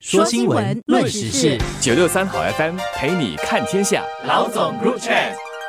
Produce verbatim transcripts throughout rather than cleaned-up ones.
说新闻，论时事， 九六三好 F M 陪你看天下。 老总 Group Chat。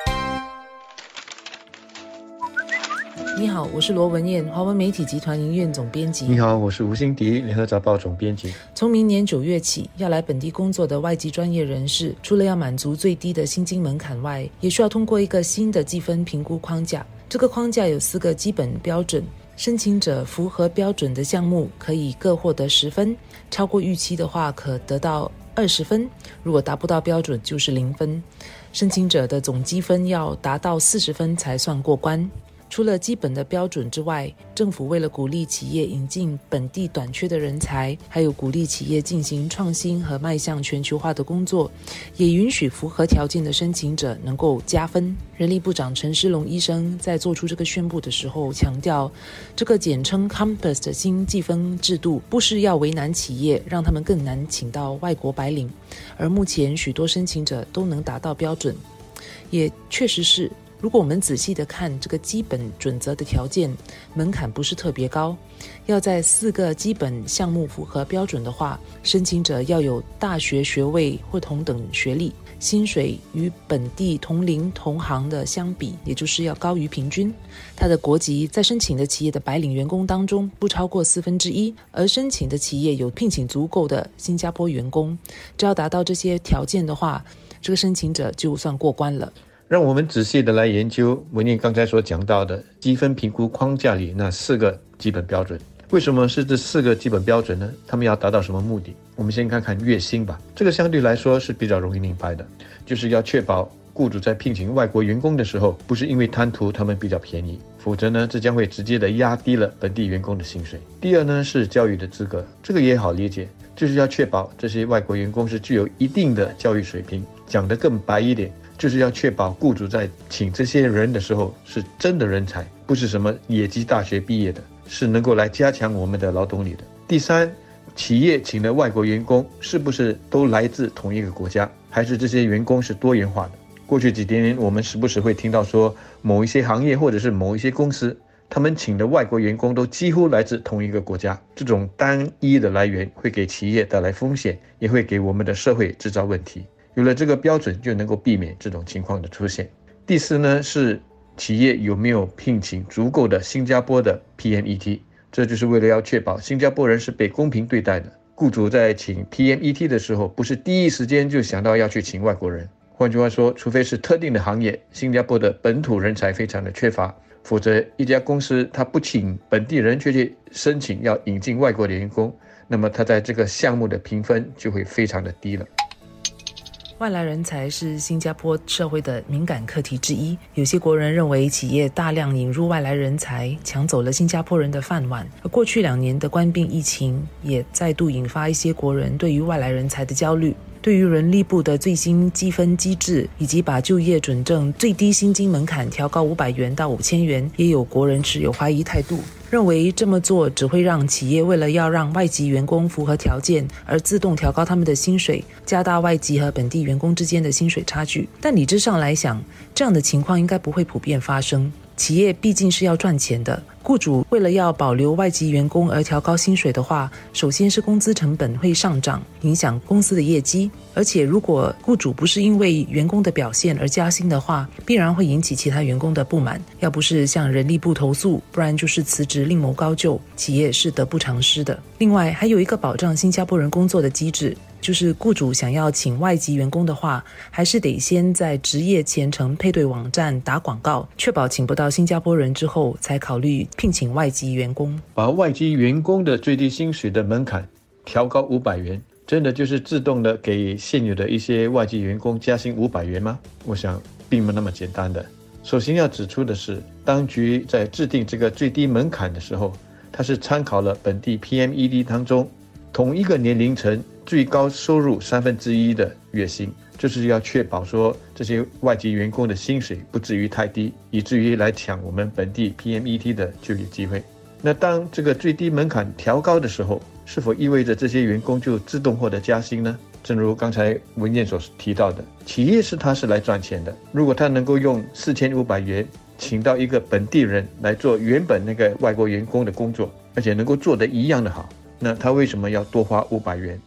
你好，我是罗文燕，华文媒体集团营运总编辑。 你好，我是吴欣迪，联合早报总编辑。 从明年九月起，要来本地工作的外籍专业人士，除了要满足最低的薪金门槛外，也需要通过一个新的计分评估框架。这个框架有四个基本标准，申请者符合标准的项目可以各获得十分，超过预期的话可得到二十分，如果达不到标准就是零分。申请者的总积分要达到四十分才算过关。除了基本的标准之外，政府为了鼓励企业引进本地短缺的人才，还有鼓励企业进行创新和迈向全球化的工作，也允许符合条件的申请者能够加分。人力部长陈诗龙医生在做出这个宣布的时候强调，这个简称 Compass 的新计分制度不是要为难企业，让他们更难请到外国白领，而目前许多申请者都能达到标准。也确实是，如果我们仔细的看这个基本准则的条件，门槛不是特别高。要在四个基本项目符合标准的话，申请者要有大学学位或同等学历，薪水与本地同龄同行的相比，也就是要高于平均。他的国籍在申请的企业的白领员工当中不超过四分之一，而申请的企业有聘请足够的新加坡员工。只要达到这些条件的话，这个申请者就算过关了。 让我们仔细的来研究文燕刚才所讲到的积分评估框架里那四个基本标准。为什么是这四个基本标准呢？他们要达到什么目的？我们先看看月薪吧。这个相对来说是比较容易明白的，就是要确保雇主在聘请外国员工的时候，不是因为贪图他们比较便宜，否则呢，这将会直接的压低了本地员工的薪水。第二呢，是教育的资格，这个也好理解，就是要确保这些外国员工是具有一定的教育水平。讲得更白一点，就是要确保雇主在请这些人的时候是真的人才，不是什么野鸡大学毕业的，是能够来加强我们的劳动力的。第三，企业请的外国员工是不是都来自同一个国家，还是这些员工是多元化的。过去几年我们时不时会听到说某一些行业或者是某一些公司，他们请的外国员工都几乎来自同一个国家，这种单一的来源会给企业带来风险，也会给我们的社会制造问题。有了这个标准，就能够避免这种情况的出现。第四呢，是企业有没有聘请足够的新加坡的 P M E T， 这就是为了要确保新加坡人是被公平对待的。雇主在请 P M E T 的时候，不是第一时间就想到要去请外国人。换句话说，除非是特定的行业，新加坡的本土人才非常的缺乏，否则一家公司他不请本地人，却去申请要引进外国的员工，那么他在这个项目的评分就会非常的低了。 外来人才是新加坡社会的敏感课题之一，有些国人认为企业大量引入外来人才，抢走了新加坡人的饭碗。而过去两年的冠病疫情也再度引发一些国人对于外来人才的焦虑。对于人力部的最新积分机制，以及把就业准证最低薪金门槛调高五百元到五千元，也有国人持有怀疑态度，认为这么做只会让企业为了要让外籍员工符合条件而自动调高他们的薪水，加大外籍和本地员工之间的薪水差距。但理智上来想，这样的情况应该不会普遍发生。企业毕竟是要赚钱的，雇主为了要保留外籍员工而调高薪水的话，首先是工资成本会上涨，影响公司的业绩。而且如果雇主不是因为员工的表现而加薪的话，必然会引起其他员工的不满，要不是向人力部投诉，不然就是辞职另谋高就，企业是得不偿失的。另外还有一个保障新加坡人工作的机制，就是雇主想要请外籍员工的话，还是得先在职业前程配对网站打广告，确保请不到新加坡人之后，才考虑聘请外籍员工。 把外籍员工的最低薪水的门槛调高五百元，真的就是自动的给现有的一些外籍员工加薪五百元吗？我想并没那么简单的。首先要指出的是，当局在制定这个最低门槛的时候，它是参考了本地 P M E T 当中同一个年龄层最高收入三分之一的月薪，就是要确保说这些外籍员工的薪水不至于太低，以至于来抢我们本地 P M E T 的就业机会。那当这个最低门槛调高的时候，是否意味着这些员工就自动获得加薪呢？正如刚才文燕所提到的，企业是他是来赚钱的，如果他能够用四千五百元请到一个本地人来做原本那个外国员工的工作，而且能够做得一样的好，那他为什么要多花五百元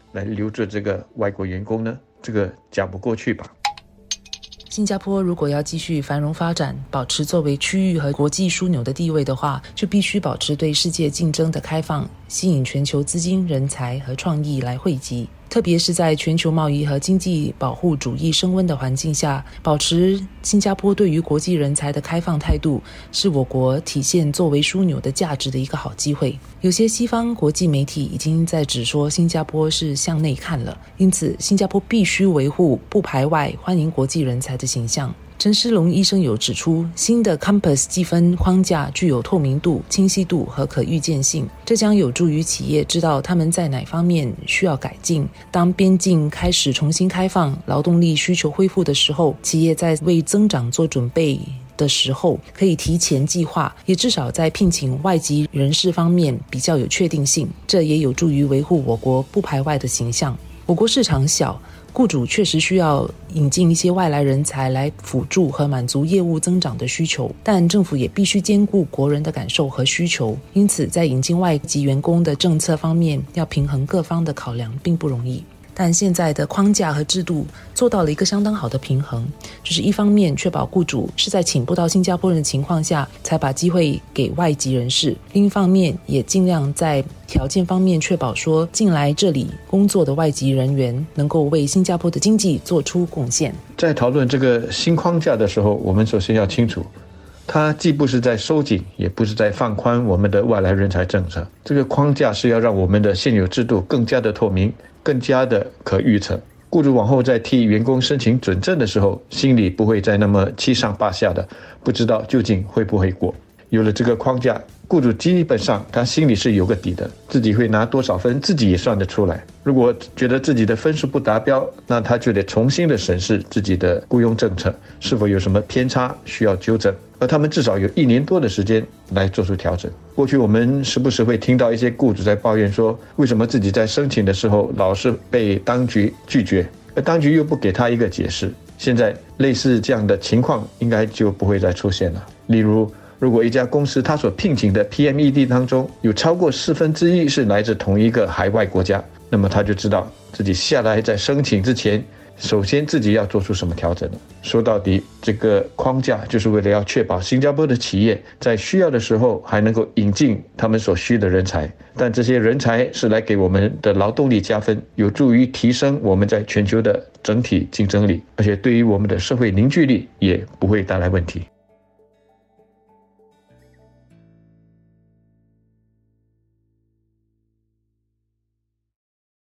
来留住这个外国员工呢？这个讲不过去吧。 新加坡如果要继续繁荣发展，保持作为区域和国际枢纽的地位的话，就必须保持对世界竞争的开放，吸引全球资金、人才和创意来汇集。特别是在全球贸易和经济保护主义升温的环境下，保持新加坡对于国际人才的开放态度，是我国体现作为枢纽的价值的一个好机会。有些西方国际媒体已经在指说新加坡是向内看了，因此新加坡必须维护不排外、欢迎国际人才的形象。陈诗龙医生有指出，新的 Compass 计分框架具有透明度、清晰度和可预见性，这将有助于企业知道他们在哪方面需要改进。当边境开始重新开放，劳动力需求恢复的时候，企业在为增长做准备的时候可以提前计划，也至少在聘请外籍人士方面比较有确定性，这也有助于维护我国不排外的形象。我国市场小，雇主确实需要引进一些外来人才来辅助和满足业务增长的需求，但政府也必须兼顾国人的感受和需求，因此在引进外籍员工的政策方面要平衡各方的考量并不容易。但现在的框架和制度做到了一个相当好的平衡，就是一方面确保雇主是在请不到新加坡人的情况下才把机会给外籍人士，另一方面也尽量在条件方面确保说进来这里工作的外籍人员能够为新加坡的经济做出贡献。 在讨论这个新框架的时候，我们首先要清楚，它既不是在收紧，也不是在放宽我们的外来人才政策。这个框架是要让我们的现有制度更加的透明，更加的可预测。雇主往后在替员工申请准证的时候，心里不会再那么七上八下的，不知道究竟会不会过。有了这个框架，雇主基本上他心里是有个底的，自己会拿多少分自己也算得出来。如果觉得自己的分数不达标，那他就得重新的审视自己的雇佣政策是否有什么偏差需要纠正，而他们至少有一年多的时间来做出调整。过去我们时不时会听到一些雇主在抱怨说，为什么自己在申请的时候老是被当局拒绝，而当局又不给他一个解释。现在类似这样的情况应该就不会再出现了。例如，如果一家公司他所聘请的 P M E D 当中有超过四分之一是来自同一个海外国家，那么他就知道自己下来在申请之前，首先自己要做出什么调整了。说到底，这个框架就是为了要确保新加坡的企业在需要的时候还能够引进他们所需的人才，但这些人才是来给我们的劳动力加分，有助于提升我们在全球的整体竞争力，而且对于我们的社会凝聚力也不会带来问题。